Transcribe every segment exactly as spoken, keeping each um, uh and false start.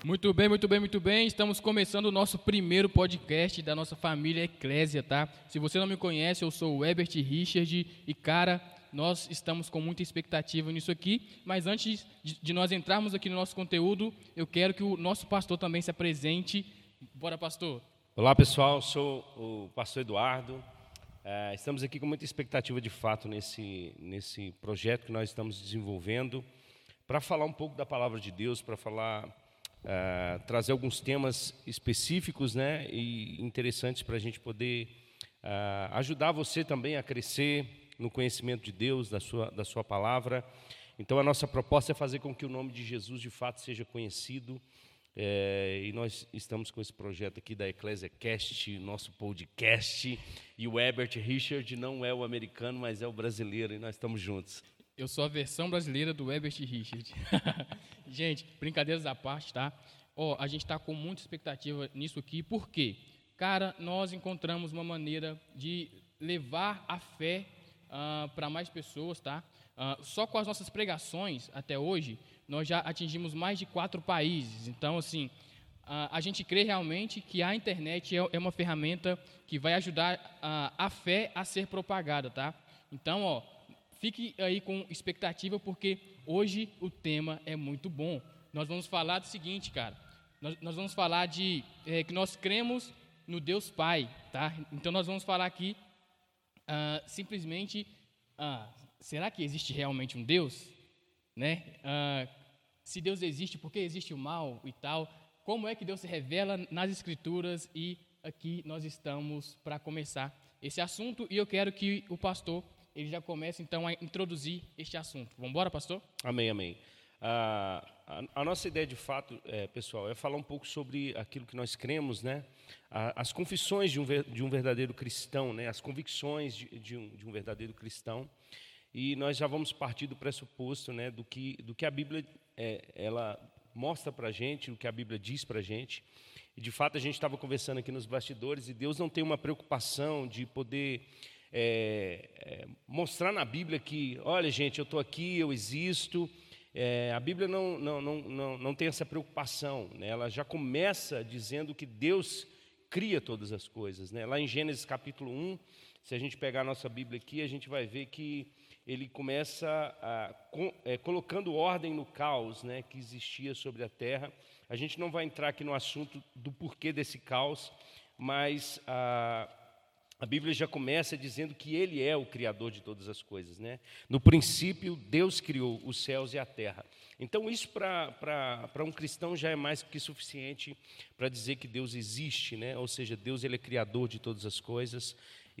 Muito bem, muito bem, muito bem. Estamos começando o nosso primeiro podcast da nossa família Eclésia, tá? Se você não me conhece, eu sou o Herbert Richard e, cara, nós estamos com muita expectativa nisso aqui. Mas antes de, de nós entrarmos aqui no nosso conteúdo, eu quero que o nosso pastor também se apresente. Bora, pastor. Olá, pessoal. Sou o pastor Eduardo. É, estamos aqui com muita expectativa, de fato, nesse, nesse projeto que nós estamos desenvolvendo para falar um pouco da palavra de Deus, para falar... Uh, trazer alguns temas específicos, né, e interessantes para a gente poder uh, ajudar você também a crescer no conhecimento de Deus, da sua, da sua palavra. Então, a nossa proposta é fazer com que o nome de Jesus, de fato, seja conhecido. É, e nós estamos com esse projeto aqui da Eclésia Cast, nosso podcast. E o Herbert Richard não é o americano, mas é o brasileiro, e nós estamos juntos. Eu sou a versão brasileira do Herbert Richard. Gente, brincadeiras à parte, tá? Ó, a gente está com muita expectativa nisso aqui, por quê? Cara, nós encontramos uma maneira de levar a fé uh, para mais pessoas, tá? Uh, só com as nossas pregações, até hoje, nós já atingimos mais de quatro países. Então, assim, uh, a gente crê realmente que a internet é, é uma ferramenta que vai ajudar uh, a fé a ser propagada, tá? Então, ó, fique aí com expectativa, porque hoje o tema é muito bom. Nós vamos falar do seguinte, cara. Nós, nós vamos falar de é, que nós cremos no Deus Pai, tá? Então nós vamos falar aqui uh, simplesmente, uh, será que existe realmente um Deus? Né? Uh, se Deus existe, por que existe o mal e tal? Como é que Deus se revela nas Escrituras? E aqui nós estamos para começar esse assunto, e eu quero que o pastor ele já começa, então, a introduzir este assunto. Vamos embora, pastor? Amém, amém. Ah, a, a nossa ideia, de fato, é, pessoal, é falar um pouco sobre aquilo que nós cremos, né? As confissões de um, de um verdadeiro cristão, né? As convicções de, de, um, de um verdadeiro cristão. E nós já vamos partir do pressuposto, né? Do que, do que a Bíblia é, ela mostra para a gente, o que a Bíblia diz para a gente. E, de fato, a gente estava conversando aqui nos bastidores, e Deus não tem uma preocupação de poder... É, é, mostrar na Bíblia que, olha, gente, eu estou aqui, eu existo. É, a Bíblia não, não, não, não, não tem essa preocupação, né? Ela já começa dizendo que Deus cria todas as coisas, né? Lá em Gênesis capítulo um, se a gente pegar a nossa Bíblia aqui, a gente vai ver que ele começa a, com, é, colocando ordem no caos, né, que existia sobre a terra. A gente não vai entrar aqui no assunto do porquê desse caos, mas a A Bíblia já começa dizendo que Ele é o Criador de todas as coisas, né? No princípio, Deus criou os céus e a terra. Então, isso para um cristão já é mais que suficiente para dizer que Deus existe, né? Ou seja, Deus ele é Criador de todas as coisas.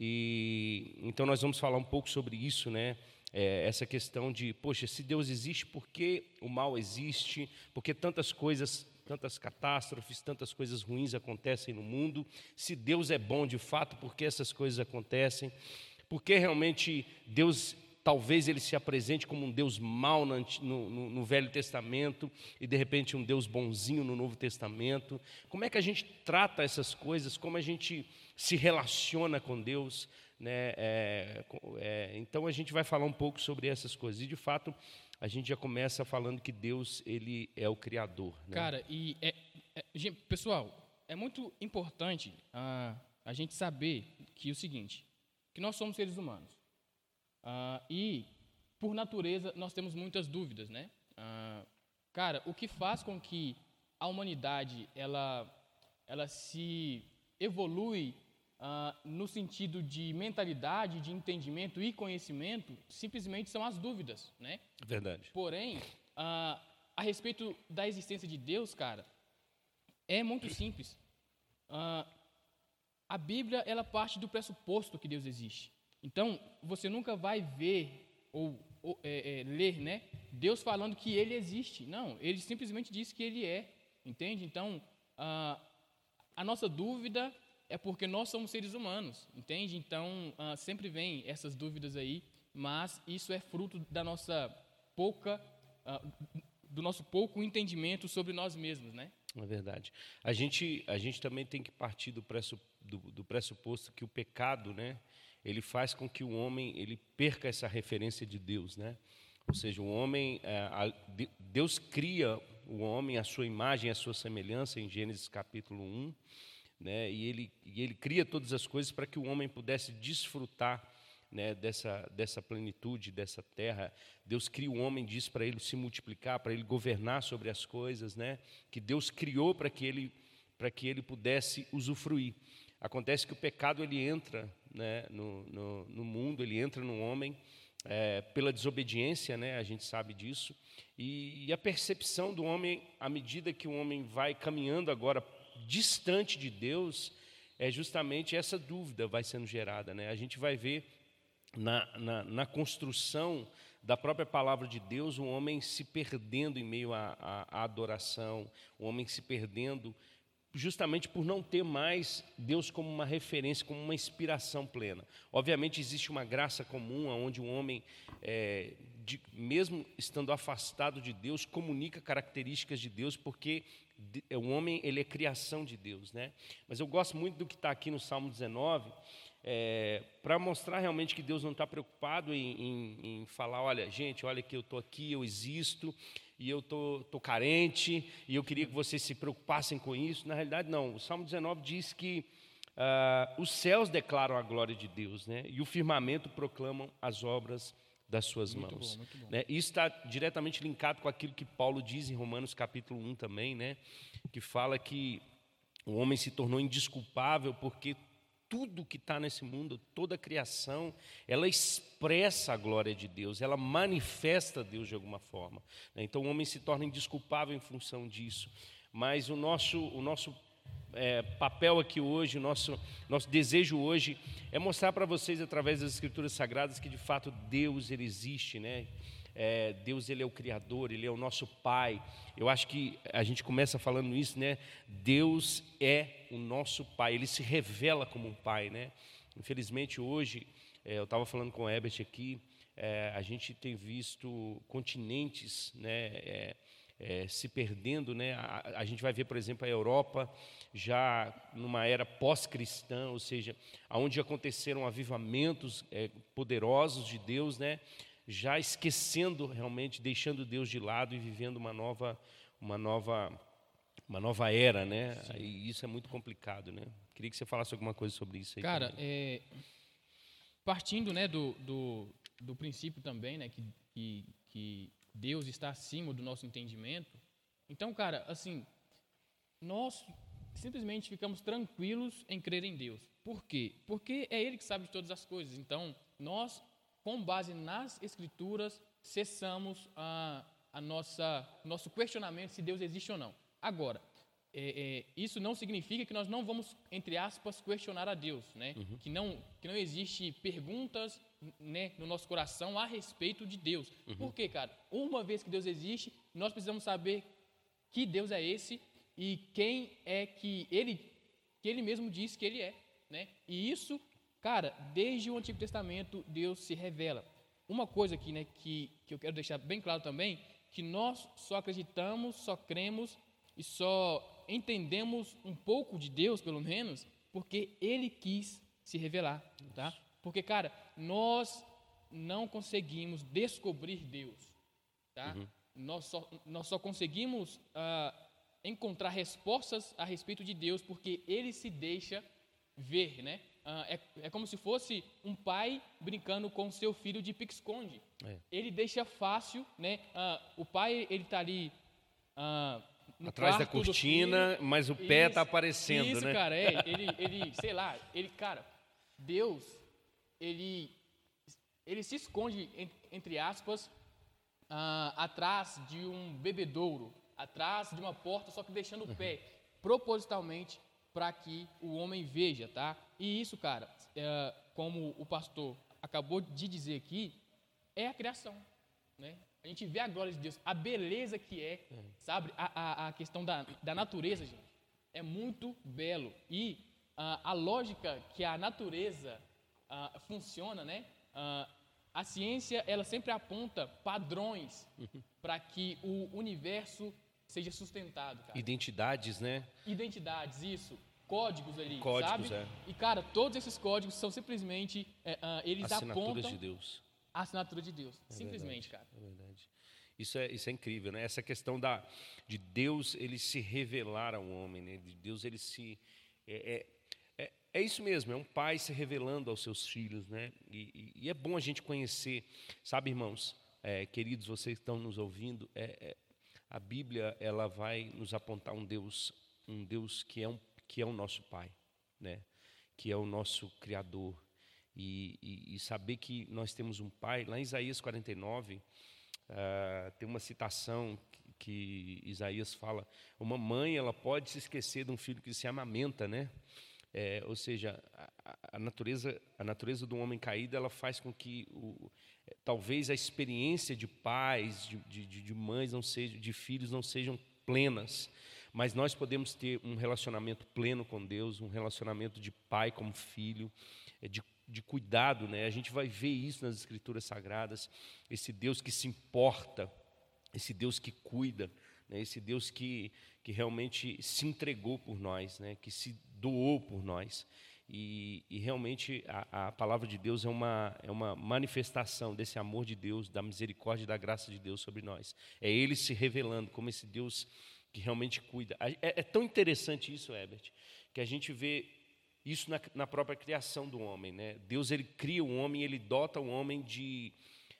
E então nós vamos falar um pouco sobre isso, né? É, essa questão de, poxa, se Deus existe, por que o mal existe? Por que tantas coisas... tantas catástrofes, tantas coisas ruins acontecem no mundo? Se Deus é bom de fato, por que essas coisas acontecem? Por que realmente Deus, talvez ele se apresente como um Deus mau no, no, no Velho Testamento e de repente um Deus bonzinho no Novo Testamento? Como é que a gente trata essas coisas? Como a gente se relaciona com Deus? Né? É, é, então a gente vai falar um pouco sobre essas coisas. E de fato, a gente já começa falando que Deus ele é o Criador. Né? Cara, e é, é, gente, pessoal, é muito importante ah, a gente saber que o seguinte, que nós somos seres humanos. Ah, e, por natureza, nós temos muitas dúvidas, né? Ah, cara, o que faz com que a humanidade ela, ela se evolui Uh, no sentido de mentalidade, de entendimento e conhecimento, simplesmente são as dúvidas, né? Verdade. Porém, uh, a respeito da existência de Deus, cara, é muito simples. Uh, a Bíblia, ela parte do pressuposto que Deus existe. Então, você nunca vai ver ou, ou é, é, ler, né? Deus falando que Ele existe. Não, Ele simplesmente diz que Ele é, entende? Então, uh, a nossa dúvida é porque nós somos seres humanos, entende? Então, uh, sempre vem essas dúvidas aí, mas isso é fruto da nossa pouca, uh, do nosso pouco entendimento sobre nós mesmos, né? É verdade. A gente, a gente também tem que partir do, pressup, do, do pressuposto que o pecado, né, ele faz com que o homem ele perca essa referência de Deus, né? Ou seja, o homem, é, a, Deus cria o homem, a sua imagem, a sua semelhança, em Gênesis capítulo um, né? E ele, e ele cria todas as coisas para que o homem pudesse desfrutar, né, dessa, dessa plenitude, dessa terra. Deus cria o homem, diz para ele se multiplicar, para ele governar sobre as coisas, né, que Deus criou para que ele, para que ele pudesse usufruir. Acontece que o pecado ele entra, né, no, no, no mundo, ele entra no homem é, pela desobediência, né, a gente sabe disso, e, e a percepção do homem, à medida que o homem vai caminhando agora distante de Deus, é justamente essa dúvida vai sendo gerada, né? A gente vai ver Na, na, na construção da própria palavra de Deus, o homem se perdendo em meio à, à, à adoração, o homem se perdendo justamente por não ter mais Deus como uma referência, como uma inspiração plena. Obviamente existe uma graça comum, onde o homem, é, de, mesmo estando afastado de Deus, comunica características de Deus, porque o homem ele é criação de Deus, né? Mas eu gosto muito do que está aqui no Salmo dezenove, É, para mostrar realmente que Deus não está preocupado em, em, em falar, olha, gente, olha que eu estou aqui, eu existo, e eu estou tô, tô carente, e eu queria que vocês se preocupassem com isso. Na realidade, não. O Salmo dezenove diz que ah, os céus declaram a glória de Deus, né? E o firmamento proclamam as obras das suas Muito mãos. bom, muito bom. Né? Isso está diretamente linkado com aquilo que Paulo diz em Romanos capítulo um também, né? Que fala que o homem se tornou indesculpável porque tudo que está nesse mundo, toda a criação, ela expressa a glória de Deus, ela manifesta Deus de alguma forma. Então o homem se torna indesculpável em função disso. Mas o nosso, o nosso é, papel aqui hoje, o nosso, nosso desejo hoje é mostrar para vocês, através das Escrituras Sagradas, que de fato Deus ele existe, né? É, Deus ele é o Criador, Ele é o nosso Pai. Eu acho que a gente começa falando isso, né? Deus é o nosso Pai, Ele se revela como um Pai, né? Infelizmente hoje, é, eu estava falando com o Herbert aqui, é, a gente tem visto continentes, né, é, é, se perdendo, né? A, a gente vai ver, por exemplo, a Europa já numa era pós-cristã, ou seja, onde aconteceram avivamentos é, poderosos de Deus, né? Já esquecendo realmente, deixando Deus de lado e vivendo uma nova, uma nova, uma nova era, né? Sim. E isso é muito complicado, né? Queria que você falasse alguma coisa sobre isso aí. Cara, é, partindo, né, do, do, do princípio também, né, que, que, que Deus está acima do nosso entendimento. Então, cara, assim, nós simplesmente ficamos tranquilos em crer em Deus. Por quê? Porque é Ele que sabe de todas as coisas. Então, nós, com base nas Escrituras, cessamos a, a nossa nosso questionamento se Deus existe ou não. Agora, é, é, isso não significa que nós não vamos, entre aspas, questionar a Deus, né? Uhum. Que não que não existe perguntas, né, no nosso coração a respeito de Deus. Uhum. Por quê, cara? Uma vez que Deus existe, nós precisamos saber que Deus é esse e quem é que Ele que Ele mesmo diz que Ele é, né? E isso, cara, desde o Antigo Testamento, Deus se revela. Uma coisa aqui, né, que, que eu quero deixar bem claro também, que nós só acreditamos, só cremos e só entendemos um pouco de Deus, pelo menos, porque Ele quis se revelar, tá? Porque, cara, nós não conseguimos descobrir Deus, tá? Uhum. Nós, só, nós só conseguimos uh, encontrar respostas a respeito de Deus porque Ele se deixa ver, né? Uh, é, é como se fosse um pai brincando com seu filho de pique-esconde. É. Ele deixa fácil, né? Uh, o pai, ele está ali uh, no atrás da cortina, filho, mas o pé está aparecendo, isso, né? Isso, cara, é, ele, ele, sei lá, ele, cara, Deus, ele, ele se esconde, entre aspas, uh, atrás de um bebedouro, atrás de uma porta, só que deixando o pé, propositalmente, para que o homem veja, tá? E isso, cara, é, como o pastor acabou de dizer aqui, é a criação, né? A gente vê a glória de Deus, a beleza que é, é. sabe? A, a, a questão da, da natureza, gente, é muito belo. E uh, a lógica que a natureza uh, funciona, né? Uh, a ciência, ela sempre aponta padrões uhum. para que o universo seja sustentado, cara. Identidades, né? Identidades, isso. Códigos ali, códigos, sabe? É. E, cara, todos esses códigos são simplesmente, é, uh, eles Assinaturas apontam... de Deus. A assinatura de Deus, é simplesmente, verdade, cara. É verdade. Isso é, isso é incrível, né? Essa questão da, de Deus ele se revelar ao homem, né? De Deus ele se... É, é, é, é isso mesmo, é um pai se revelando aos seus filhos, né? E, e, e é bom a gente conhecer, sabe, irmãos, é, queridos, vocês que estão nos ouvindo, é, é, a Bíblia ela vai nos apontar um Deus, um Deus que é, um, que é o nosso pai, né? Que é o nosso Criador. E, e, e saber que nós temos um pai, lá em Isaías quarenta e nove... Uh, tem uma citação que, que Isaías fala: uma mãe ela pode se esquecer de um filho que se amamenta, né? É, ou seja, a, a natureza a natureza do homem caído ela faz com que o, talvez a experiência de pais, de, de, de mães não seja, de filhos não sejam plenas, mas nós podemos ter um relacionamento pleno com Deus, um relacionamento de pai como filho, de de cuidado, né? A gente vai ver isso nas Escrituras Sagradas, esse Deus que se importa, esse Deus que cuida, né? Esse Deus que, que realmente se entregou por nós, né? Que se doou por nós. E, e realmente a, a palavra de Deus é uma, é uma manifestação desse amor de Deus, da misericórdia e da graça de Deus sobre nós. É Ele se revelando como esse Deus que realmente cuida. É, é tão interessante isso, Herbert, que a gente vê isso na, na própria criação do homem, né? Deus ele cria o homem, ele dota o homem de,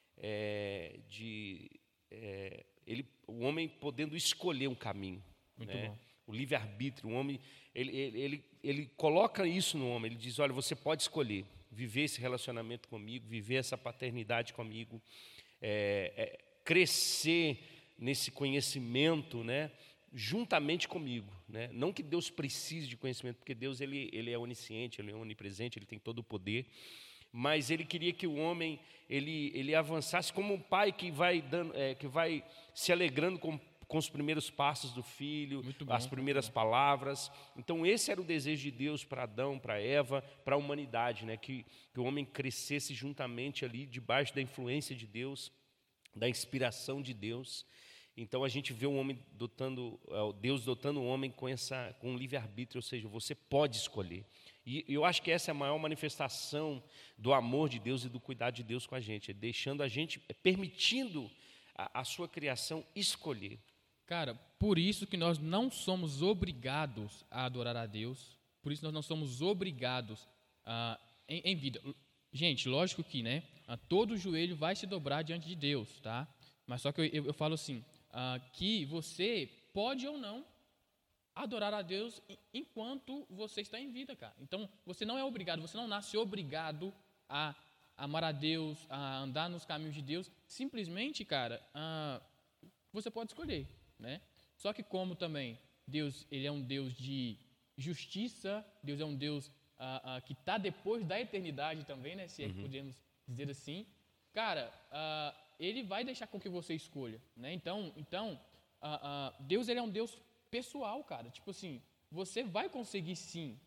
é, de é, ele, o homem podendo escolher um caminho, Muito né? bom. O livre-arbítrio, o homem ele, ele, ele, ele coloca isso no homem. Ele diz: olha, você pode escolher viver esse relacionamento comigo, viver essa paternidade comigo, é, é, crescer nesse conhecimento, né? Juntamente comigo, né? Não que Deus precise de conhecimento, porque Deus ele, ele é onisciente, ele é onipresente, ele tem todo o poder, mas ele queria que o homem ele, ele avançasse como um pai que vai, dando, é, que vai se alegrando com, com os primeiros passos do filho, Muito as bom, primeiras muito bom. palavras. Então esse era o desejo de Deus para Adão, para Eva, para a humanidade, né? que, que o homem crescesse juntamente ali, debaixo da influência de Deus, da inspiração de Deus. Então a gente vê o homem dotando, Deus dotando o homem com essa, com um livre-arbítrio, ou seja, você pode escolher. E eu acho que essa é a maior manifestação do amor de Deus e do cuidado de Deus com a gente, é deixando a gente, é permitindo a, a sua criação escolher. Cara, por isso que nós não somos obrigados a adorar a Deus, por isso nós não somos obrigados a, em, em vida. Gente, lógico que, né, a todo joelho vai se dobrar diante de Deus, tá? Mas só que eu, eu, eu falo assim, Uh, que você pode ou não adorar a Deus enquanto você está em vida, cara. Então, você não é obrigado, você não nasce obrigado a amar a Deus, a andar nos caminhos de Deus. Simplesmente, cara, uh, você pode escolher, né? Só que como também Deus, ele é um Deus de justiça, Deus é um Deus uh, uh, que está depois da eternidade também, né? Se é que Uhum. podemos dizer assim. Cara, uh, ele vai deixar com que você escolha, né? Então, então uh, uh, Deus ele é um Deus pessoal, cara. Tipo assim, você vai conseguir sim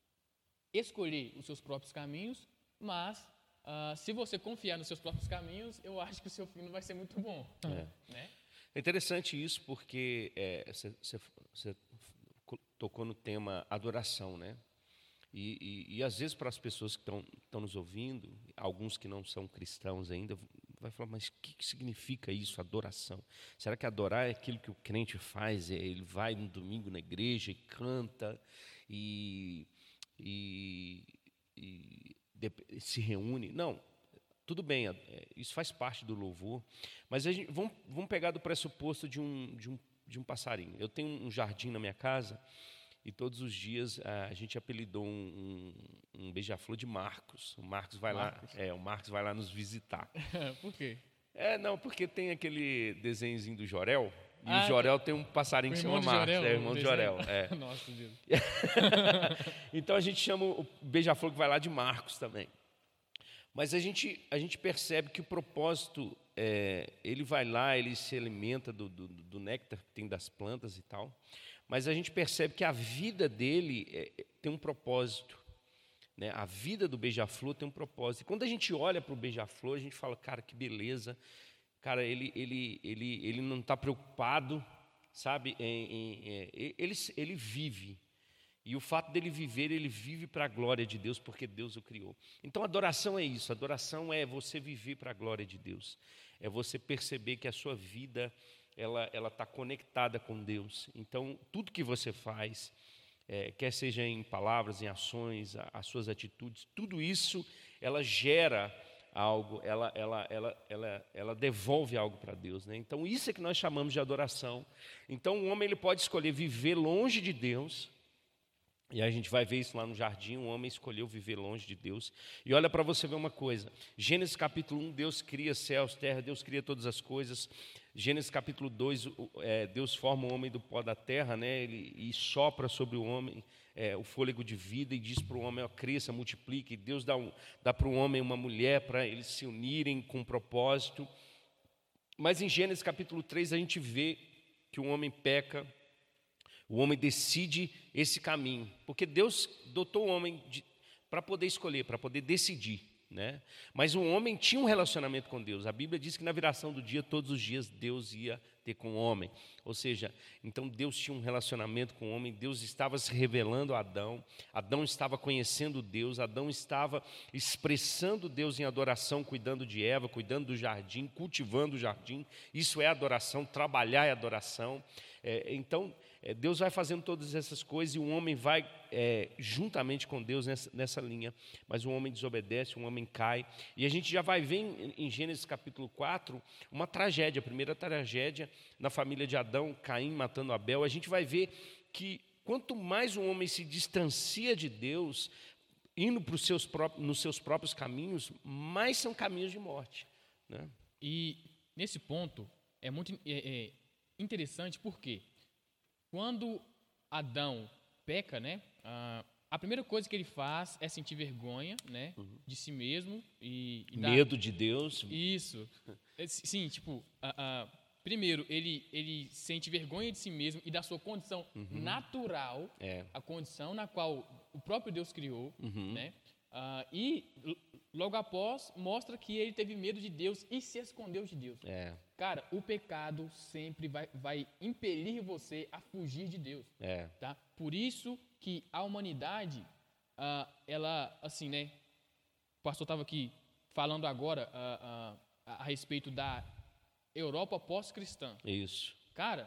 escolher os seus próprios caminhos, mas uh, se você confiar nos seus próprios caminhos, eu acho que o seu fim não vai ser muito bom. É, né? é interessante isso porque você é, tocou no tema adoração, né? E, e, e às vezes para as pessoas que estão nos ouvindo, alguns que não são cristãos ainda, vai falar, mas o que, que significa isso, adoração? Será que adorar é aquilo que o crente faz? Ele vai no domingo na igreja e canta e, e, e de, se reúne? Não, tudo bem, isso faz parte do louvor, mas a gente, vamos, vamos pegar do pressuposto de um, de, um, de um passarinho. Eu tenho um jardim na minha casa e todos os dias a gente apelidou um, um, um beija-flor de Marcos. O Marcos vai Marcos. lá, é, o Marcos vai lá nos visitar. Por quê? É, não, porque tem aquele desenhozinho do Jorel, e Ah, o Jorel tem um passarinho que se chama Marcos, Jorel, é o irmão do Jorel. É. Nossa Deus. Então a gente chama o beija-flor que vai lá de Marcos também. Mas a gente, a gente percebe que o propósito, é, ele vai lá, ele se alimenta do, do, do néctar que tem das plantas e tal, mas a gente percebe que a vida dele é, tem um propósito, né? A vida do beija-flor tem um propósito. E quando a gente olha para o beija-flor, a gente fala, cara, que beleza, cara, ele, ele, ele, ele não está preocupado, sabe, em, em, em, ele, ele vive. E o fato dele viver, ele vive para a glória de Deus, porque Deus o criou. Então, adoração é isso. Adoração é você viver para a glória de Deus. É você perceber que a sua vida, ela ela está conectada com Deus. Então, tudo que você faz, é, quer seja em palavras, em ações, a, as suas atitudes, tudo isso, ela gera algo, ela, ela, ela, ela, ela devolve algo para Deus, né? Então, isso é que nós chamamos de adoração. Então, o homem ele pode escolher viver longe de Deus. E a gente vai ver isso lá no jardim, um homem escolheu viver longe de Deus. E olha para você ver uma coisa, Gênesis capítulo um, Deus cria céus, terra, Deus cria todas as coisas. Gênesis capítulo dois, é, Deus forma o homem do pó da terra, né, ele, e sopra sobre o homem é, o fôlego de vida e diz para o homem, ó, cresça, multiplique. Deus dá, um, dá para o homem uma mulher para eles se unirem com um propósito. Mas em Gênesis capítulo três a gente vê que o homem peca, o homem decide esse caminho, porque Deus dotou o homem para poder escolher, para poder decidir, né? Mas o homem tinha um relacionamento com Deus. A Bíblia diz que na viração do dia, todos os dias, Deus ia ter com o homem. Ou seja, então Deus tinha um relacionamento com o homem, Deus estava se revelando a Adão, Adão estava conhecendo Deus, Adão estava expressando Deus em adoração, cuidando de Eva, cuidando do jardim, cultivando o jardim. Isso é adoração, trabalhar é adoração. É, então, é, Deus vai fazendo todas essas coisas e o homem vai é, juntamente com Deus nessa, nessa linha, mas o homem desobedece, o homem cai, e a gente já vai ver em, em Gênesis capítulo quatro uma tragédia, a primeira tragédia na família de Adão, Caim matando Abel. A gente vai ver que quanto mais o homem se distancia de Deus, indo para os seus próprios, nos seus próprios caminhos, mais são caminhos de morte, né? E nesse ponto é muito é, é interessante porque quando Adão peca, né, a, a primeira coisa que ele faz é sentir vergonha, né, uhum. de si mesmo e, e medo dar... de Deus. Isso, sim, tipo, a, a, primeiro ele ele sente vergonha de si mesmo e da sua condição uhum. natural, é. a condição na qual o próprio Deus criou, uhum. né, uh, e logo após mostra que ele teve medo de Deus e se escondeu de Deus. É. Cara, o pecado sempre vai, vai impelir você a fugir de Deus. É. Tá? Por isso que a humanidade, ah, ela, assim, né? O pastor estava aqui falando agora ah, ah, a respeito da Europa pós-cristã. Isso. Cara,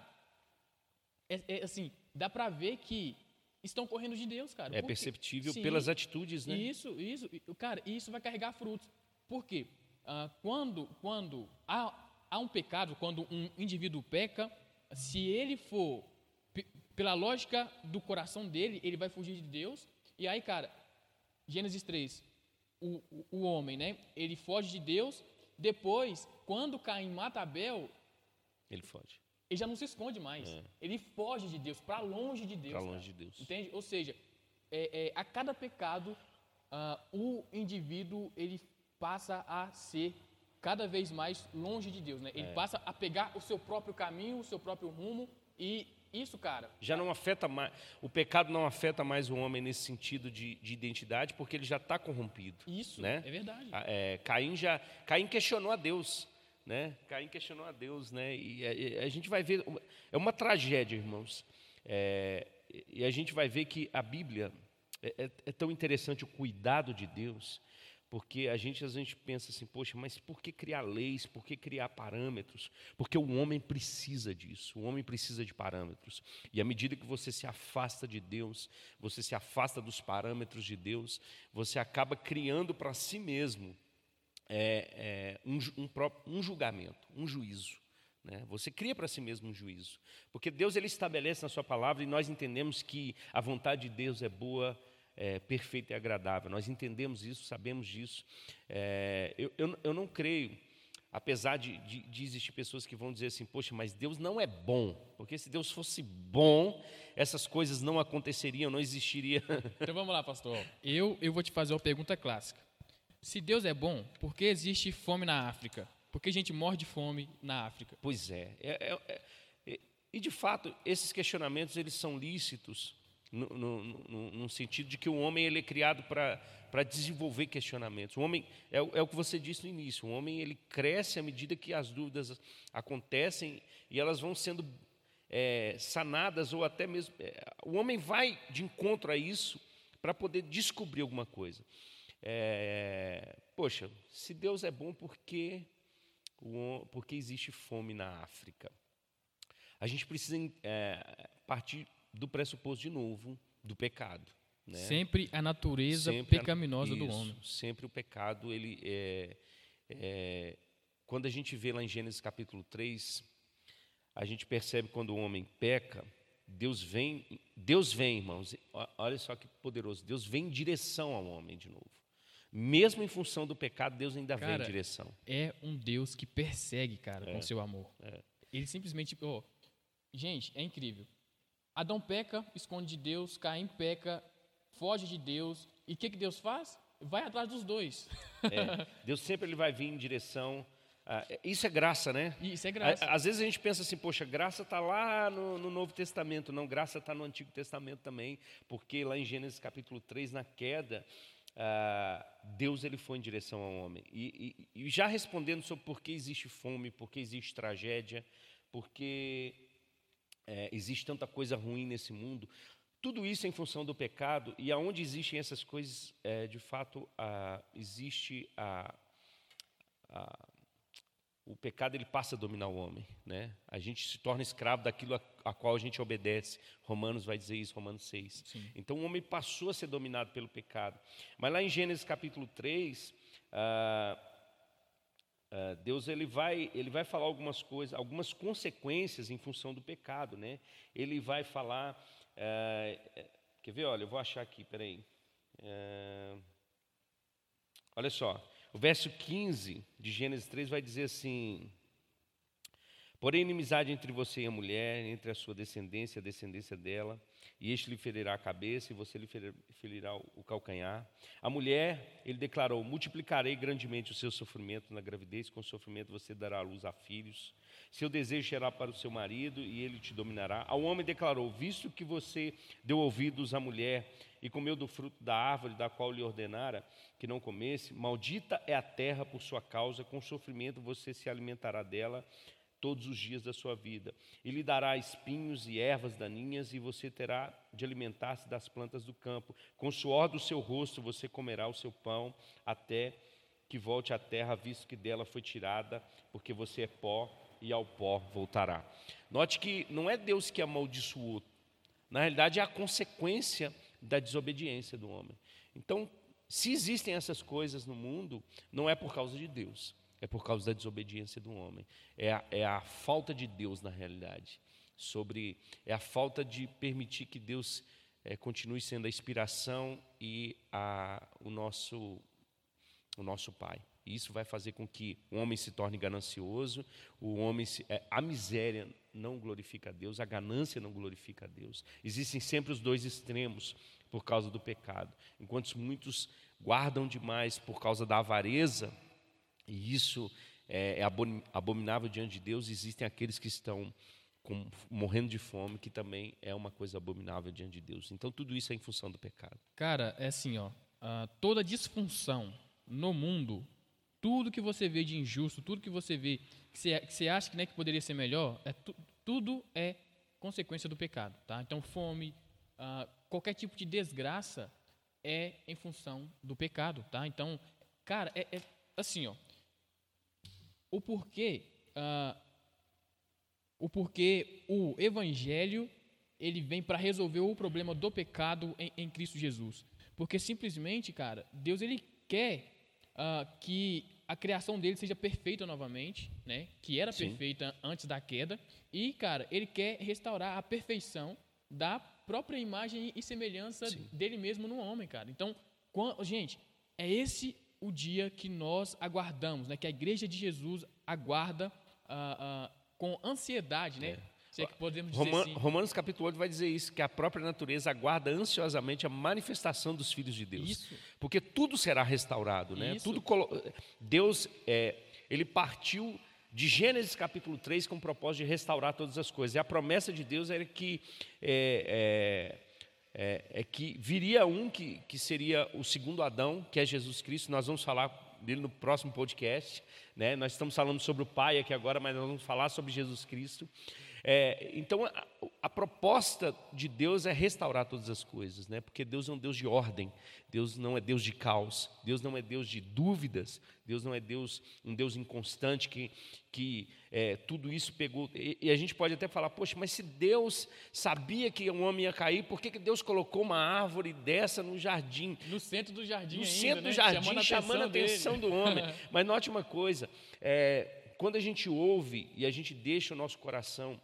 é, é assim, dá para ver que estão correndo de Deus, cara. É Porque, perceptível sim, pelas atitudes, né? Isso, isso. Cara, isso vai carregar frutos. Por quê? Ah, quando, quando há, há um pecado, quando um indivíduo peca, se ele for, p- pela lógica do coração dele, ele vai fugir de Deus. E aí, cara, Gênesis três, o, o, o homem, né? Ele foge de Deus. Depois, quando Caim mata Abel, ele foge. Ele já não se esconde mais. É. Ele foge de Deus, para longe de Deus. Para longe de Deus. Entende? Ou seja, é, é, a cada pecado, uh, o indivíduo ele passa a ser cada vez mais longe de Deus, né? Ele é. passa a pegar o seu próprio caminho, o seu próprio rumo, e isso, cara... Já não afeta mais, o pecado não afeta mais o homem nesse sentido de, de identidade, porque ele já está corrompido. Isso, né? é verdade. É, Caim, já, Caim questionou a Deus, né? Caim questionou a Deus, né? E a, a gente vai ver, é uma tragédia, irmãos. É, e a gente vai ver que a Bíblia é, é, é tão interessante o cuidado de Deus, porque a gente às vezes pensa assim, poxa, mas por que criar leis, por que criar parâmetros? Porque o homem precisa disso, o homem precisa de parâmetros. E à medida que você se afasta de Deus, você se afasta dos parâmetros de Deus, você acaba criando para si mesmo é, é, um, um, um julgamento, um juízo. Né? Você cria para si mesmo um juízo. Porque Deus ele estabelece na sua palavra e nós entendemos que a vontade de Deus é boa, É, perfeita e agradável. Nós entendemos isso, sabemos disso. É, eu, eu, eu não creio, apesar de, de, de existir pessoas que vão dizer assim, poxa, mas Deus não é bom, porque se Deus fosse bom, essas coisas não aconteceriam, não existiria. Então vamos lá, pastor. Eu, eu vou te fazer uma pergunta clássica. Se Deus é bom, por que existe fome na África? Por que a gente morre de fome na África? Pois é. é, é, é e de fato, esses questionamentos eles são lícitos, No, no, no, no sentido de que o homem ele é criado para desenvolver questionamentos. O homem, é, é o que você disse no início, o homem ele cresce à medida que as dúvidas acontecem e elas vão sendo é, sanadas, ou até mesmo... É, o homem vai de encontro a isso para poder descobrir alguma coisa. É, poxa, se Deus é bom, por que, o, por que existe fome na África? A gente precisa é, partir do pressuposto de novo do pecado. Né? Sempre a natureza sempre pecaminosa a, isso, do homem. Sempre o pecado, ele é, é... Quando a gente vê lá em Gênesis capítulo três, a gente percebe quando o homem peca, Deus vem, Deus vem, irmãos, olha só que poderoso, Deus vem em direção ao homem de novo. Mesmo em função do pecado, Deus ainda cara, vem em direção. É um Deus que persegue, cara, é, com seu amor. É. Ele simplesmente... Oh, gente, é incrível. Adão peca, esconde de Deus, Caim peca, foge de Deus. E o que, que Deus faz? Vai atrás dos dois. É, Deus sempre ele vai vir em direção... Ah, isso é graça, né? Isso é graça. Às vezes a gente pensa assim, poxa, graça está lá no, no Novo Testamento. Não, graça está no Antigo Testamento também. Porque lá em Gênesis capítulo três, na queda, ah, Deus ele foi em direção ao homem. E, e, e já respondendo sobre por que existe fome, por que existe tragédia, porque é, existe tanta coisa ruim nesse mundo... Tudo isso é em função do pecado, e aonde existem essas coisas, é, de fato, ah, existe a, a, o pecado, ele passa a dominar o homem. Né? A gente se torna escravo daquilo a, a qual a gente obedece. Romanos vai dizer isso, Romanos seis. Sim. Então o homem passou a ser dominado pelo pecado. Mas lá em Gênesis capítulo três, ah, ah, Deus ele vai, ele vai falar algumas coisas, algumas consequências em função do pecado. Né? Ele vai falar... É, quer ver? Olha, eu vou achar aqui, peraí. É, olha só, o verso quinze de Gênesis três vai dizer assim: porém, inimizade entre você e a mulher, entre a sua descendência e a descendência dela, e este lhe ferirá a cabeça, e você lhe ferirá o calcanhar. A mulher, ele declarou: multiplicarei grandemente o seu sofrimento na gravidez, com sofrimento você dará à luz a filhos. Seu desejo será para o seu marido, e ele te dominará. Ao homem declarou: visto que você deu ouvidos à mulher, e comeu do fruto da árvore da qual lhe ordenara que não comesse, maldita é a terra por sua causa, com sofrimento você se alimentará dela todos os dias da sua vida. E lhe dará espinhos e ervas daninhas, e você terá de alimentar-se das plantas do campo. Com o suor do seu rosto você comerá o seu pão, até que volte à terra, visto que dela foi tirada, porque você é pó, e ao pó voltará. Note que não é Deus que amaldiçoou. Na realidade, é a consequência da desobediência do homem. Então, se existem essas coisas no mundo, não é por causa de Deus. É por causa da desobediência do homem. É a, é a falta de Deus, na realidade. Sobre, é a falta de permitir que Deus é, continue sendo a inspiração e a, o, nosso, o nosso Pai. E isso vai fazer com que o homem se torne ganancioso, o homem se, é, a miséria não glorifica a Deus, a ganância não glorifica a Deus. Existem sempre os dois extremos por causa do pecado. Enquanto muitos guardam demais por causa da avareza, e isso é, é abominável diante de Deus, existem aqueles que estão com, morrendo de fome, que também é uma coisa abominável diante de Deus. Então tudo isso é em função do pecado. Cara, é assim, ó, uh, toda disfunção no mundo, tudo que você vê de injusto, tudo que você vê, que você, que você acha que, né, que poderia ser melhor, é tu, tudo é consequência do pecado. Tá? Então fome, uh, qualquer tipo de desgraça é em função do pecado. Tá? Então, cara, é, é assim, ó, o porquê, uh, o porquê o evangelho ele vem para resolver o problema do pecado em, em Cristo Jesus. Porque simplesmente, cara, Deus ele quer uh, que a criação dele seja perfeita novamente, né? Que era Sim. perfeita antes da queda. E, cara, ele quer restaurar a perfeição da própria imagem e semelhança Sim. dele mesmo no homem, cara. Então, quando, gente, é esse o dia que nós aguardamos, né? Que a igreja de Jesus aguarda uh, uh, com ansiedade, né? É. Se é que podemos dizer Roman, assim. Romanos capítulo oito vai dizer isso, que a própria natureza aguarda ansiosamente a manifestação dos filhos de Deus. Isso. Porque tudo será restaurado, né? Isso. Tudo colo... Deus, é, ele partiu de Gênesis capítulo três com o propósito de restaurar todas as coisas. E a promessa de Deus era que, é, é, é, é que viria um que, que seria o segundo Adão, que é Jesus Cristo. Nós vamos falar dele no próximo podcast, né? Nós estamos falando sobre o Pai aqui agora, mas nós vamos falar sobre Jesus Cristo. É, então, a, a proposta de Deus é restaurar todas as coisas, né? Porque Deus é um Deus de ordem, Deus não é Deus de caos, Deus não é Deus de dúvidas, Deus não é Deus, um Deus inconstante que, que é, tudo isso pegou. E, e a gente pode até falar, poxa, mas se Deus sabia que um homem ia cair, por que, que Deus colocou uma árvore dessa no jardim? No centro do jardim No ainda, centro do né? jardim, chamando a chamando a atenção, atenção do homem. Mas note uma coisa, é, quando a gente ouve e a gente deixa o nosso coração,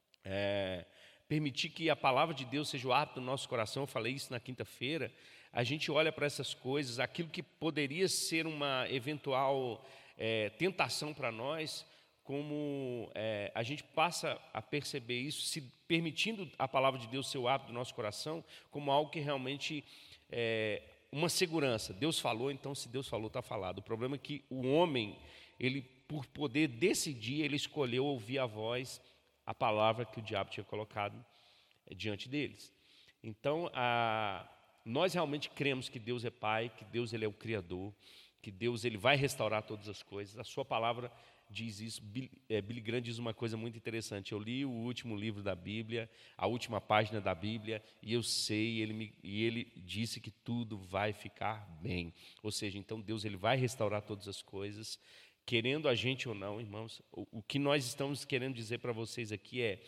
é, permitir que a palavra de Deus seja o árbitro do nosso coração, eu falei isso na quinta-feira, a gente olha para essas coisas, aquilo que poderia ser uma eventual é, tentação para nós, como é, a gente passa a perceber isso, se permitindo a palavra de Deus ser o hábito do nosso coração, como algo que realmente é uma segurança. Deus falou, então se Deus falou, está falado. O problema é que o homem, ele, por poder decidir, ele escolheu ouvir a voz, a palavra que o diabo tinha colocado é, diante deles. Então, a, nós realmente cremos que Deus é Pai, que Deus ele é o Criador, que Deus ele vai restaurar todas as coisas. A sua palavra diz isso. Billy, é, Billy Graham diz uma coisa muito interessante. Eu li o último livro da Bíblia, a última página da Bíblia, e eu sei, ele me, e ele disse que tudo vai ficar bem. Ou seja, então Deus ele vai restaurar todas as coisas, querendo a gente ou não, irmãos. O, o que nós estamos querendo dizer para vocês aqui é,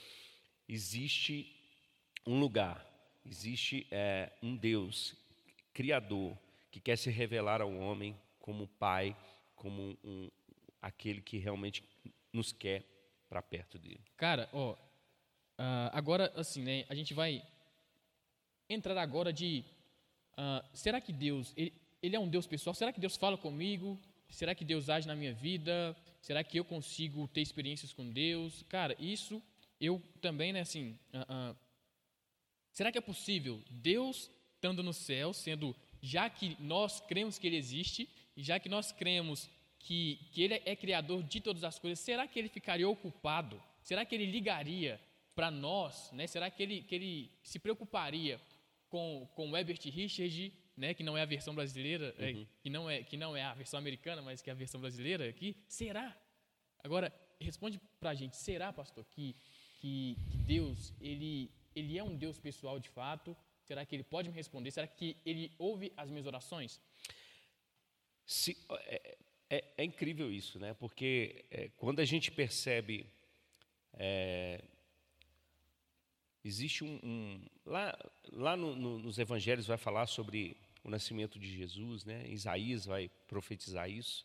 existe um lugar, existe é, um Deus criador que quer se revelar ao homem como Pai, como um, aquele que realmente nos quer para perto dele. Cara, ó, uh, agora assim, né, a gente vai entrar agora de, uh, será que Deus, ele, ele é um Deus pessoal? Será que Deus fala comigo? Será que Deus age na minha vida? Será que eu consigo ter experiências com Deus? Cara, isso eu também, né, assim, uh, uh, será que é possível Deus estando no céu, sendo, já que nós cremos que Ele existe, e já que nós cremos que, que Ele é criador de todas as coisas, será que Ele ficaria ocupado? Será que Ele ligaria para nós? Né? Será que ele, que ele se preocuparia com, com o Herbert Richard, né? Que não é a versão brasileira, uhum. é, que, não é, que não é a versão americana, mas que é a versão brasileira aqui? Será? Agora, responde para a gente, será, pastor, que, que, que Deus, ele, ele é um Deus pessoal de fato? Será que Ele pode me responder? Será que Ele ouve as minhas orações? Se, é, é, é incrível isso, né? Porque é, quando a gente percebe, é, existe um, um lá, lá no, no, nos Evangelhos vai falar sobre o nascimento de Jesus, né? Isaías vai profetizar isso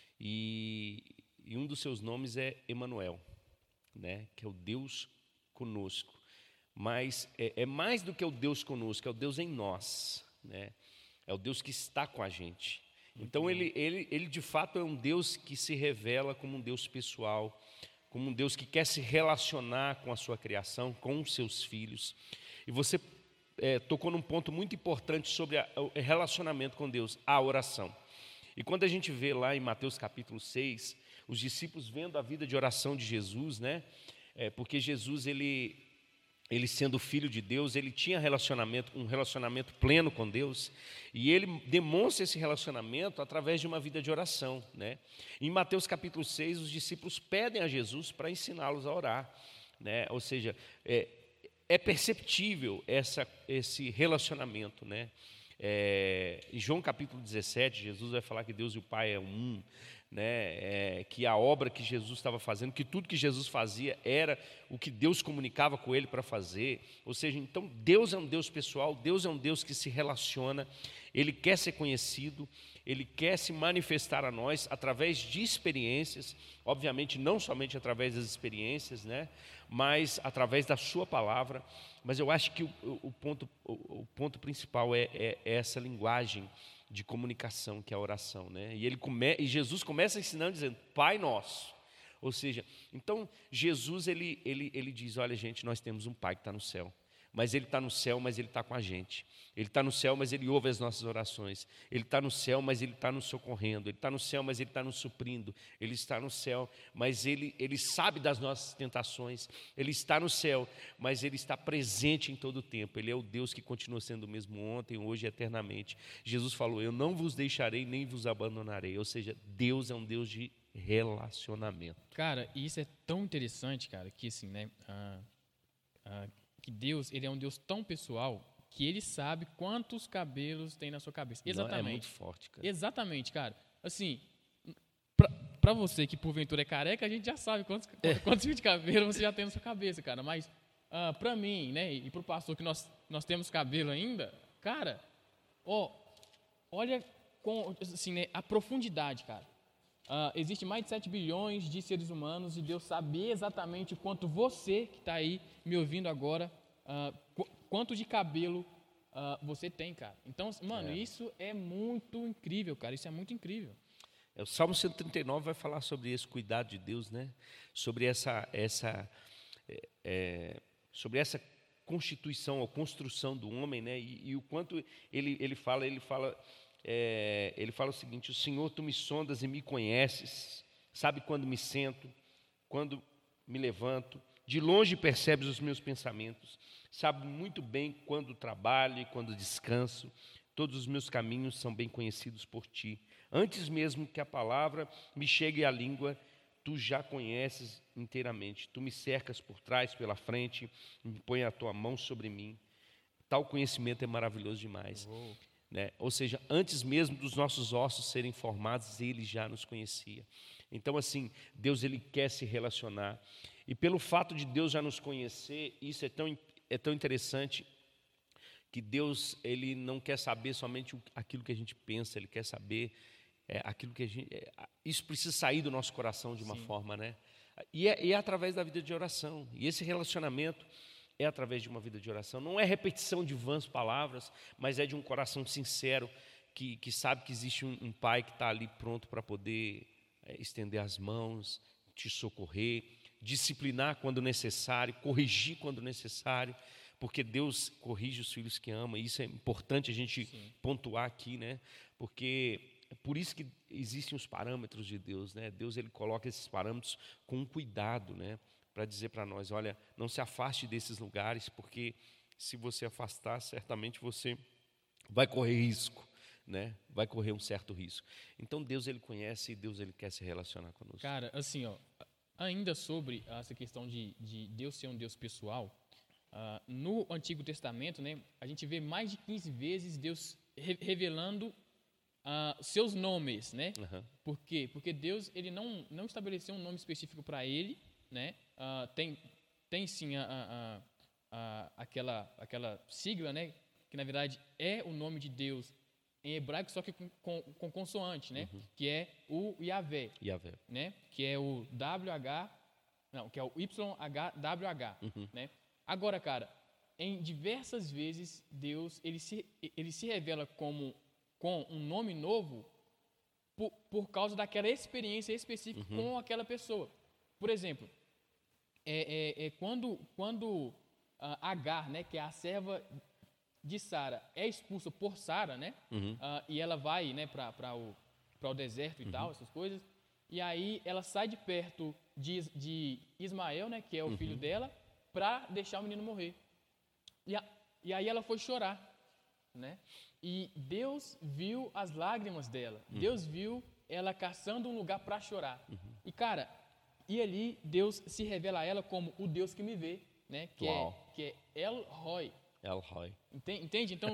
e, e um dos seus nomes é Emanuel, né? Que é o Deus conosco. Mas é, é mais do que o Deus conosco, é o Deus em nós, né? É o Deus que está com a gente. Então, ele, ele, ele de fato é um Deus que se revela como um Deus pessoal, como um Deus que quer se relacionar com a sua criação, com os seus filhos. E você é, tocou num ponto muito importante sobre a, o relacionamento com Deus, a oração. E quando a gente vê lá em Mateus capítulo seis, os discípulos vendo a vida de oração de Jesus, né? É, porque Jesus, ele... Ele sendo filho de Deus, ele tinha relacionamento, um relacionamento pleno com Deus, e ele demonstra esse relacionamento através de uma vida de oração, né? Em Mateus capítulo seis, os discípulos pedem a Jesus para ensiná-los a orar, né? Ou seja, é, é perceptível essa, esse relacionamento, né? É, em João capítulo dezessete, Jesus vai falar que Deus e o Pai é um, né, é, que a obra que Jesus estava fazendo, que tudo que Jesus fazia era o que Deus comunicava com ele para fazer. Ou seja, então Deus é um Deus pessoal, Deus é um Deus que se relaciona, Ele quer ser conhecido, Ele quer se manifestar a nós através de experiências, obviamente não somente através das experiências, né, mas através da sua palavra. Mas eu acho que o, o, ponto, o, o ponto principal é, é, é essa linguagem de comunicação, que é a oração, né? E, ele come, e Jesus começa ensinando dizendo, Pai Nosso. Ou seja, então Jesus ele, ele, ele diz, olha gente, nós temos um Pai que está no céu. Mas Ele está no céu, mas Ele está com a gente. Ele está no céu, mas Ele ouve as nossas orações. Ele está no céu, mas Ele está nos socorrendo. Ele está no céu, mas Ele está nos suprindo. Ele está no céu, mas Ele, Ele sabe das nossas tentações. Ele está no céu, mas Ele está presente em todo o tempo. Ele é o Deus que continua sendo o mesmo ontem, hoje e eternamente. Jesus falou, eu não vos deixarei nem vos abandonarei. Ou seja, Deus é um Deus de relacionamento. Cara, e isso é tão interessante, cara, que assim, né, ah, ah, que Deus, ele é um Deus tão pessoal que ele sabe quantos cabelos tem na sua cabeça. Exatamente. Não, é muito forte, cara. Exatamente, cara. Assim, pra, pra você que porventura é careca, a gente já sabe quantos, é. quantos fios de cabelo você já tem na sua cabeça, cara. Mas ah, pra mim, né, e pro pastor que nós, nós temos cabelo ainda, cara, ó, olha com, assim, né, a profundidade, cara. Uh, existe mais de sete bilhões de seres humanos e Deus sabe exatamente quanto você que está aí me ouvindo agora, uh, qu quanto de cabelo uh, você tem, cara. Então, mano, é. isso é muito incrível, cara. Isso é muito incrível. É, o Salmo cento e trinta e nove vai falar sobre esse cuidado de Deus, né? Sobre essa, essa, é, é, sobre essa constituição ou construção do homem, né? E, e o quanto ele, ele fala, ele fala... É, ele fala o seguinte: o Senhor, tu me sondas e me conheces, sabe quando me sento, quando me levanto, de longe percebes os meus pensamentos, sabe muito bem quando trabalho e quando descanso, todos os meus caminhos são bem conhecidos por ti. Antes mesmo que a palavra me chegue à língua, tu já conheces inteiramente. Tu me cercas por trás, pela frente, me põe a tua mão sobre mim. Tal conhecimento é maravilhoso demais. Oh. Né? Ou seja, antes mesmo dos nossos ossos serem formados, Ele já nos conhecia. Então, assim, Deus ele quer se relacionar. E pelo fato de Deus já nos conhecer, isso é tão, é tão interessante, que Deus ele não quer saber somente aquilo que a gente pensa, Ele quer saber é, aquilo que a gente... É, isso precisa sair do nosso coração de uma Sim. forma, né? E é, e é através da vida de oração. E esse relacionamento é através de uma vida de oração. Não é repetição de vãs palavras, mas é de um coração sincero que, que sabe que existe um, um Pai que está ali pronto para poder é, estender as mãos, te socorrer, disciplinar quando necessário, corrigir quando necessário, porque Deus corrige os filhos que ama. E isso é importante a gente Sim. pontuar aqui, né? Porque é por isso que existem os parâmetros de Deus, né? Deus ele coloca esses parâmetros com cuidado, né? Para dizer para nós, olha, não se afaste desses lugares, porque se você afastar, certamente você vai correr risco, né? Vai correr um certo risco. Então Deus ele conhece e Deus ele quer se relacionar conosco. Cara, assim, ó, ainda sobre essa questão de, de Deus ser um Deus pessoal, uh, no Antigo Testamento, né, a gente vê mais de quinze vezes Deus re revelando uh, seus nomes, né? Uhum. Por quê? Porque Deus ele não, não estabeleceu um nome específico para ele, né? Uh, tem, tem sim a, a, a, aquela, aquela sigla, né? Que na verdade é o nome de Deus em hebraico, só que com, com, com consoante, né? Uhum. Que é o Yahvé, Yahvé, né? Que é o W H, não, que é o Y H W H, uhum. né? Agora, cara, em diversas vezes Deus ele se, ele se revela como com um nome novo por, por causa daquela experiência específica uhum. com aquela pessoa. Por exemplo, É, é, é quando, quando uh, Agar, né, que é a serva de Sara, é expulsa por Sara, né, uhum. uh, e ela vai, né, para o, o deserto e uhum. tal, essas coisas, e aí ela sai de perto de, de Ismael, né, que é o uhum. filho dela, para deixar o menino morrer. E, a, e aí ela foi chorar, né, e Deus viu as lágrimas dela, uhum. Deus viu ela caçando um lugar para chorar. Uhum. E, cara... E ali Deus se revela a ela como o Deus que me vê, né? Que Uau. é que é El Roi. El Roi. Entende? Então,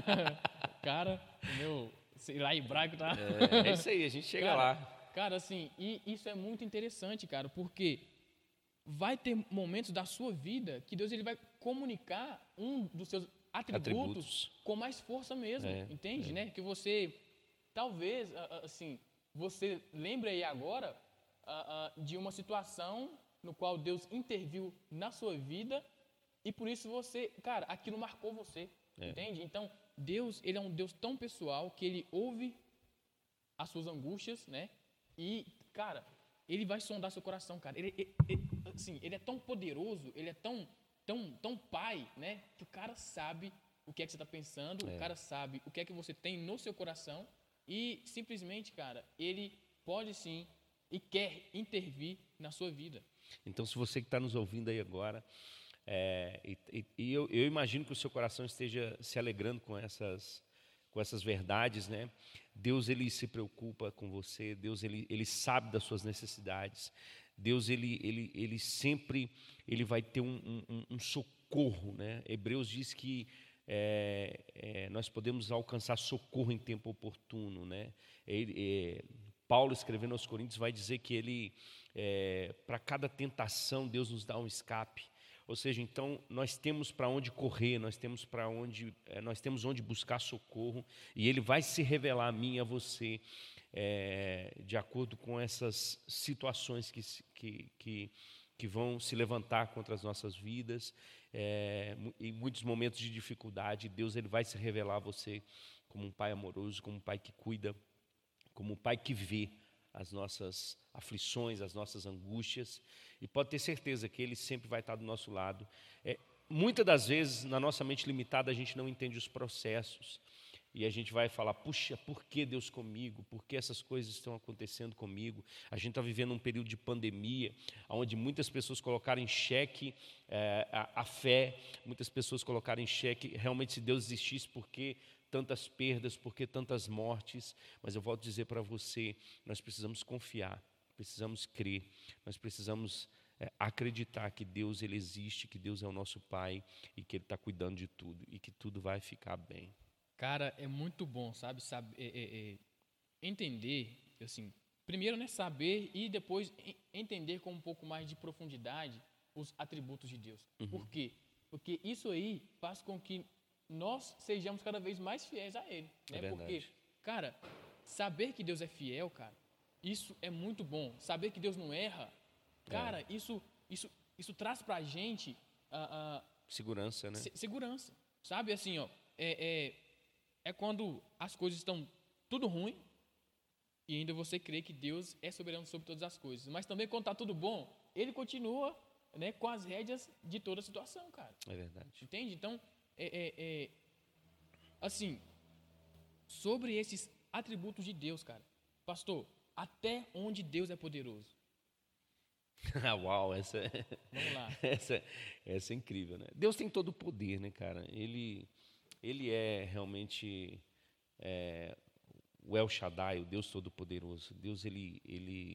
cara, o meu, sei lá, hebraico tá. É, é isso aí, a gente chega cara, lá. Cara, assim, e isso é muito interessante, cara, porque vai ter momentos da sua vida que Deus ele vai comunicar um dos seus atributos, atributos. com mais força mesmo, é, entende, é. né? Que você talvez assim, você lembre aí agora Uh, uh, de uma situação no qual Deus interviu na sua vida e por isso você, cara, aquilo marcou você, é. entende? Então, Deus, ele é um Deus tão pessoal que ele ouve as suas angústias, né? E, cara, ele vai sondar seu coração, cara. Ele, ele, ele, assim, ele é tão poderoso, ele é tão, tão, tão pai, né? Que o cara sabe o que é que você está pensando, é. o cara sabe o que é que você tem no seu coração e, simplesmente, cara, ele pode sim e quer intervir na sua vida. Então, se você que está nos ouvindo aí agora, é, e, e, e eu, eu imagino que o seu coração esteja se alegrando com essas, com essas verdades, né? Deus, ele se preocupa com você, Deus, ele, ele sabe das suas necessidades, Deus, ele, ele, ele sempre ele vai ter um, um, um socorro, né? Hebreus diz que é, é, nós podemos alcançar socorro em tempo oportuno, né? Ele, é, Paulo, escrevendo aos Coríntios, vai dizer que ele, é, para cada tentação, Deus nos dá um escape. Ou seja, então, nós temos para onde correr, nós temos para onde, nós temos onde buscar socorro, e Ele vai se revelar a mim e a você, é, de acordo com essas situações que, que, que, que vão se levantar contra as nossas vidas, é, em muitos momentos de dificuldade, Deus, Ele vai se revelar a você como um Pai amoroso, como um Pai que cuida, como um Pai que vê as nossas aflições, as nossas angústias, e pode ter certeza que Ele sempre vai estar do nosso lado. É, muitas das vezes, na nossa mente limitada, a gente não entende os processos, e a gente vai falar, puxa, por que Deus comigo? Por que essas coisas estão acontecendo comigo? A gente está vivendo um período de pandemia, onde muitas pessoas colocaram em xeque é, a, a fé, muitas pessoas colocaram em xeque realmente se Deus existisse, porque tantas perdas, porque tantas mortes, mas eu volto a dizer para você, nós precisamos confiar, precisamos crer, nós precisamos é, acreditar que Deus, Ele existe, que Deus é o nosso Pai e que Ele está cuidando de tudo e que tudo vai ficar bem. Cara, é muito bom, sabe, sabe é, é, é, entender, assim, primeiro, né, saber e depois entender com um pouco mais de profundidade os atributos de Deus. Uhum. Por quê? Porque isso aí faz com que nós sejamos cada vez mais fiéis a Ele, né? É porque, cara, saber que Deus é fiel, cara, isso é muito bom. Saber que Deus não erra, cara, é. isso, isso, isso traz pra gente uh, uh, segurança, né? Se, segurança, sabe? Assim, ó, é, é, é quando as coisas estão tudo ruim e ainda você crê que Deus é soberano sobre todas as coisas. Mas também quando tá tudo bom, Ele continua, né, com as rédeas de toda a situação, cara. É verdade. Entende? Então, É, é, é, assim, sobre esses atributos de Deus, cara, pastor, até onde Deus é poderoso? Uau, essa é, Vamos lá. Essa, essa é incrível, né? Deus tem todo o poder, né, cara? Ele, ele é realmente é, o El Shaddai, o Deus Todo-Poderoso. Deus, ele, ele,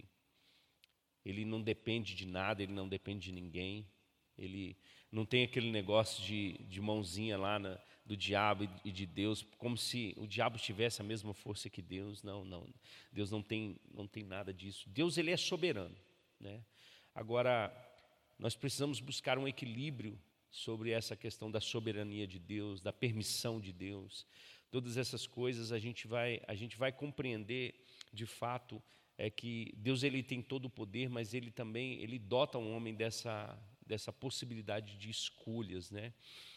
ele não depende de nada, ele não depende de ninguém. Ele não tem aquele negócio de, de mãozinha lá na, do diabo e de Deus, como se o diabo tivesse a mesma força que Deus. Não, não. Deus não tem, não tem nada disso. Deus, ele é soberano, né? Agora, nós precisamos buscar um equilíbrio sobre essa questão da soberania de Deus, da permissão de Deus. Todas essas coisas a gente vai, a gente vai compreender, de fato, é que Deus, ele tem todo o poder, mas ele também ele dota um homem dessa dessa possibilidade de escolhas, né?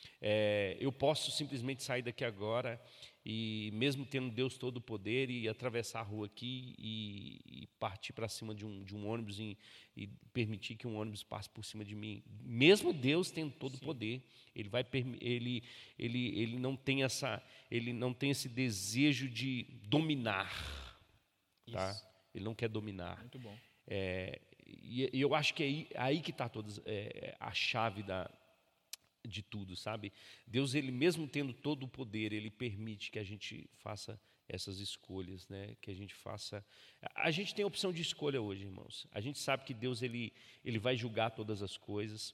É, eu posso simplesmente sair daqui agora e, mesmo tendo Deus todo o poder, e atravessar a rua aqui e, e partir para cima de um, de um ônibus e, e permitir que um ônibus passe por cima de mim. Mesmo Deus tendo todo o poder, ele vai ele ele ele não tem essa ele não tem esse desejo de dominar, tá? Isso. Ele não quer dominar. Muito bom. É, e, e eu acho que é aí, aí que está toda é, a chave da, de tudo, sabe? Deus, ele mesmo tendo todo o poder, ele permite que a gente faça essas escolhas, né? Que a gente faça. A gente tem a opção de escolha hoje, irmãos. A gente sabe que Deus, ele, ele vai julgar todas as coisas.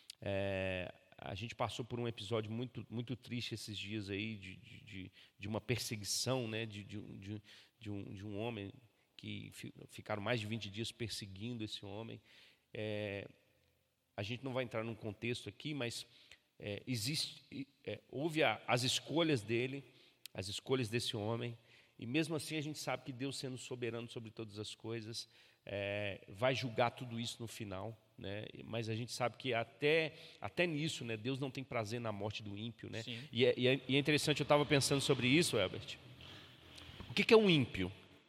É, a gente passou por um episódio muito, muito triste esses dias aí de, de, de uma perseguição, né? De, de, de, de, um, de um homem que ficaram mais de vinte dias perseguindo esse homem. É, a gente não vai entrar num contexto aqui, mas é, existe, é, houve a, as escolhas dele, as escolhas desse homem, e mesmo assim a gente sabe que Deus, sendo soberano sobre todas as coisas, é, vai julgar tudo isso no final, né? Mas a gente sabe que até, até nisso, né, Deus não tem prazer na morte do ímpio, né? E é, e é interessante, eu estava pensando sobre isso, Herbert. O que, que é um ímpio?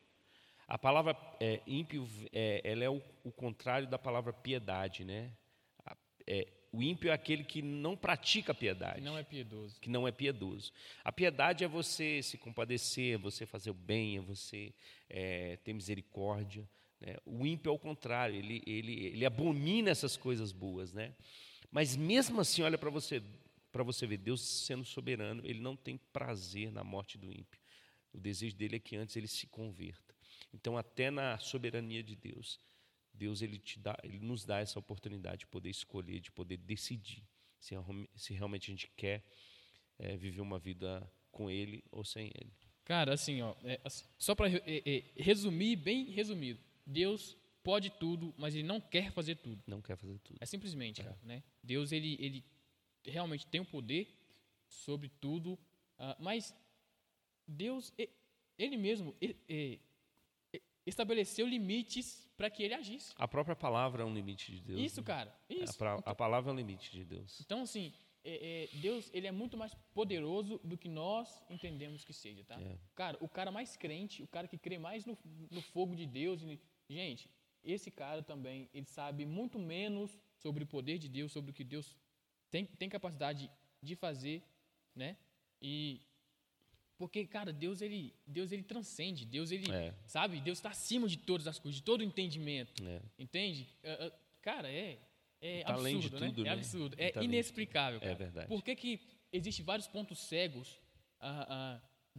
A palavra é, ímpio, é, ela é o, o contrário da palavra piedade, né? A, é, o ímpio é aquele que não pratica a piedade. Que não é piedoso. Que não é piedoso. A piedade é você se compadecer, é você fazer o bem, é você é, ter misericórdia, né? O ímpio é o contrário, ele, ele, ele abomina essas coisas boas, né? Mas mesmo assim, olha para você, para você ver, Deus sendo soberano, ele não tem prazer na morte do ímpio. O desejo dele é que antes ele se converta. Então, até na soberania de Deus, Deus ele te dá, ele nos dá essa oportunidade de poder escolher, de poder decidir se, se realmente a gente quer é, viver uma vida com ele ou sem ele. Cara, assim, ó, é, só para é, é, resumir, bem resumido, Deus pode tudo, mas ele não quer fazer tudo. Não quer fazer tudo. É simplesmente, é. cara, né? Deus ele, ele realmente tem o poder sobre tudo, uh, mas Deus, ele mesmo ele, estabeleceu limites para que ele agisse. A própria palavra é um limite de Deus. Isso, né? Cara. Isso. A, pra, a palavra é um limite de Deus. Então, assim, é, é, Deus ele é muito mais poderoso do que nós entendemos que seja, tá? É. Cara, o cara mais crente, o cara que crê mais no, no fogo de Deus, gente, esse cara também, ele sabe muito menos sobre o poder de Deus, sobre o que Deus tem, tem capacidade de fazer, né? E porque, cara, Deus ele, Deus ele transcende, Deus ele, é. sabe? Deus está acima de todas as coisas, de todo o entendimento, é. entende? Uh, uh, cara, é, é tá absurdo, além de né? tudo, né? É absurdo, é tá inexplicável, cara. É verdade. Por que que existem vários pontos cegos uh, uh,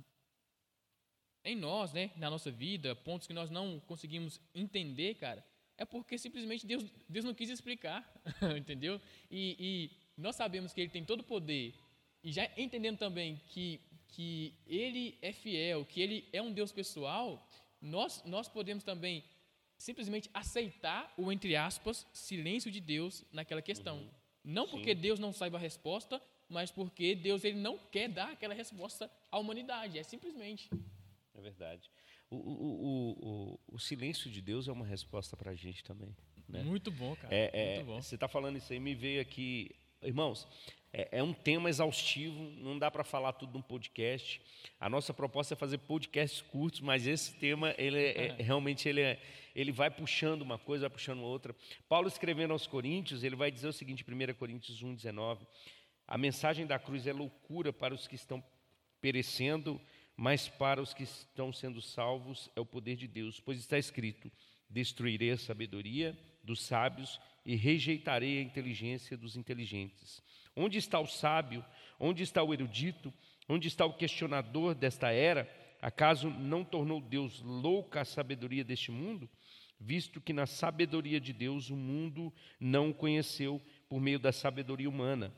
em nós, né? Na nossa vida, pontos que nós não conseguimos entender, cara? É porque simplesmente Deus, Deus não quis explicar, entendeu? E, e nós sabemos que Ele tem todo o poder, e já entendendo também que que Ele é fiel, que Ele é um Deus pessoal, nós, nós podemos também simplesmente aceitar o, entre aspas, silêncio de Deus naquela questão. Uhum. Não porque Sim. Deus não saiba a resposta, mas porque Deus ele não quer dar aquela resposta à humanidade, é simplesmente. É verdade. O, o, o, o, o silêncio de Deus é uma resposta para a gente também. Né? Muito bom, cara. É, é, Muito bom. Você está falando isso aí, me veio aqui... Irmãos, é, é um tema exaustivo, não dá para falar tudo num podcast. A nossa proposta é fazer podcasts curtos, mas esse tema, ele é, é, realmente, ele, é, ele vai puxando uma coisa, vai puxando outra. Paulo, escrevendo aos Coríntios, ele vai dizer o seguinte, primeira Coríntios um, dezenove, a mensagem da cruz é loucura para os que estão perecendo, mas para os que estão sendo salvos é o poder de Deus, pois está escrito, destruirei a sabedoria dos sábios e rejeitarei a inteligência dos inteligentes. Onde está o sábio? Onde está o erudito? Onde está o questionador desta era? Acaso não tornou Deus louca a sabedoria deste mundo? Visto que na sabedoria de Deus o mundo não o conheceu por meio da sabedoria humana.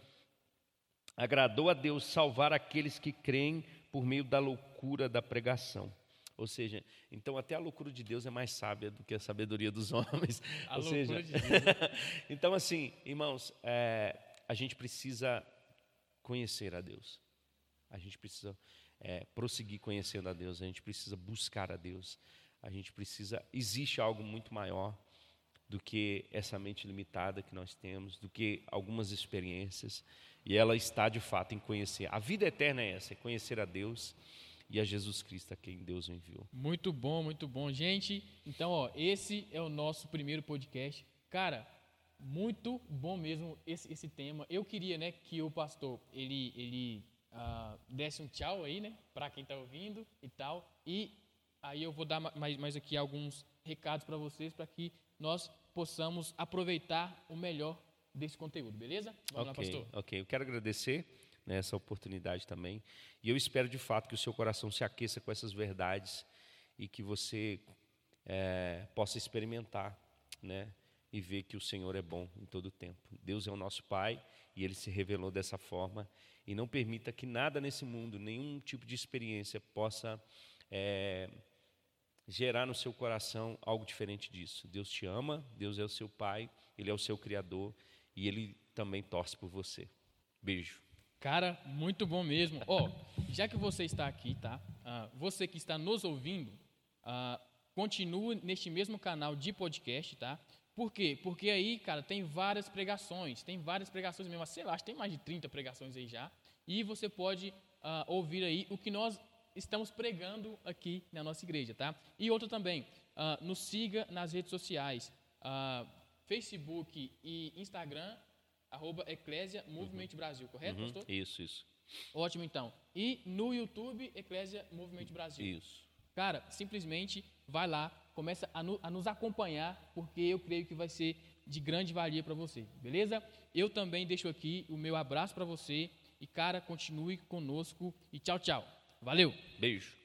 Agradou a Deus salvar aqueles que creem por meio da loucura da pregação. Ou seja, então até a loucura de Deus é mais sábia do que a sabedoria dos homens. A Ou loucura seja, de Deus. Né? Então assim, irmãos, é, a gente precisa conhecer a Deus. A gente precisa é, prosseguir conhecendo a Deus. A gente precisa buscar a Deus. A gente precisa... Existe algo muito maior do que essa mente limitada que nós temos, do que algumas experiências. E ela está, de fato, em conhecer. A vida eterna é essa, é conhecer a Deus e a Jesus Cristo, a quem Deus o enviou. Muito bom, muito bom. Gente, então, ó, esse é o nosso primeiro podcast. Cara, muito bom mesmo esse, esse tema. Eu queria, né, que o pastor, ele, ele uh, desse um tchau aí, né, para quem está ouvindo e tal. E aí eu vou dar mais, mais aqui alguns recados para vocês, para que nós possamos aproveitar o melhor desse conteúdo, beleza? Vamos okay, lá, pastor. Ok, eu quero agradecer essa oportunidade também, e eu espero de fato que o seu coração se aqueça com essas verdades e que você é, possa experimentar, né, e ver que o Senhor é bom em todo o tempo. Deus é o nosso Pai e Ele se revelou dessa forma, e não permita que nada nesse mundo, nenhum tipo de experiência possa é, gerar no seu coração algo diferente disso. Deus te ama, Deus é o seu Pai, Ele é o seu Criador e Ele também torce por você. Beijo. Cara, muito bom mesmo. Ó, oh, já que você está aqui, tá? Uh, você que está nos ouvindo, uh, continue neste mesmo canal de podcast, tá? Por quê? Porque aí, cara, tem várias pregações, tem várias pregações mesmo, sei lá, acho que tem mais de trinta pregações aí já, e você pode uh, ouvir aí o que nós estamos pregando aqui na nossa igreja, tá? E outra também, uh, nos siga nas redes sociais, uh, Facebook e Instagram, arroba Eclésia Movimento uhum. Brasil, correto, uhum. pastor? Isso, isso. Ótimo, então. E no YouTube, Eclésia Movimento Brasil. Isso. Cara, simplesmente vai lá, começa a, no, a nos acompanhar, porque eu creio que vai ser de grande valia para você, beleza? Eu também deixo aqui o meu abraço para você e, cara, continue conosco e tchau, tchau. Valeu! Beijo!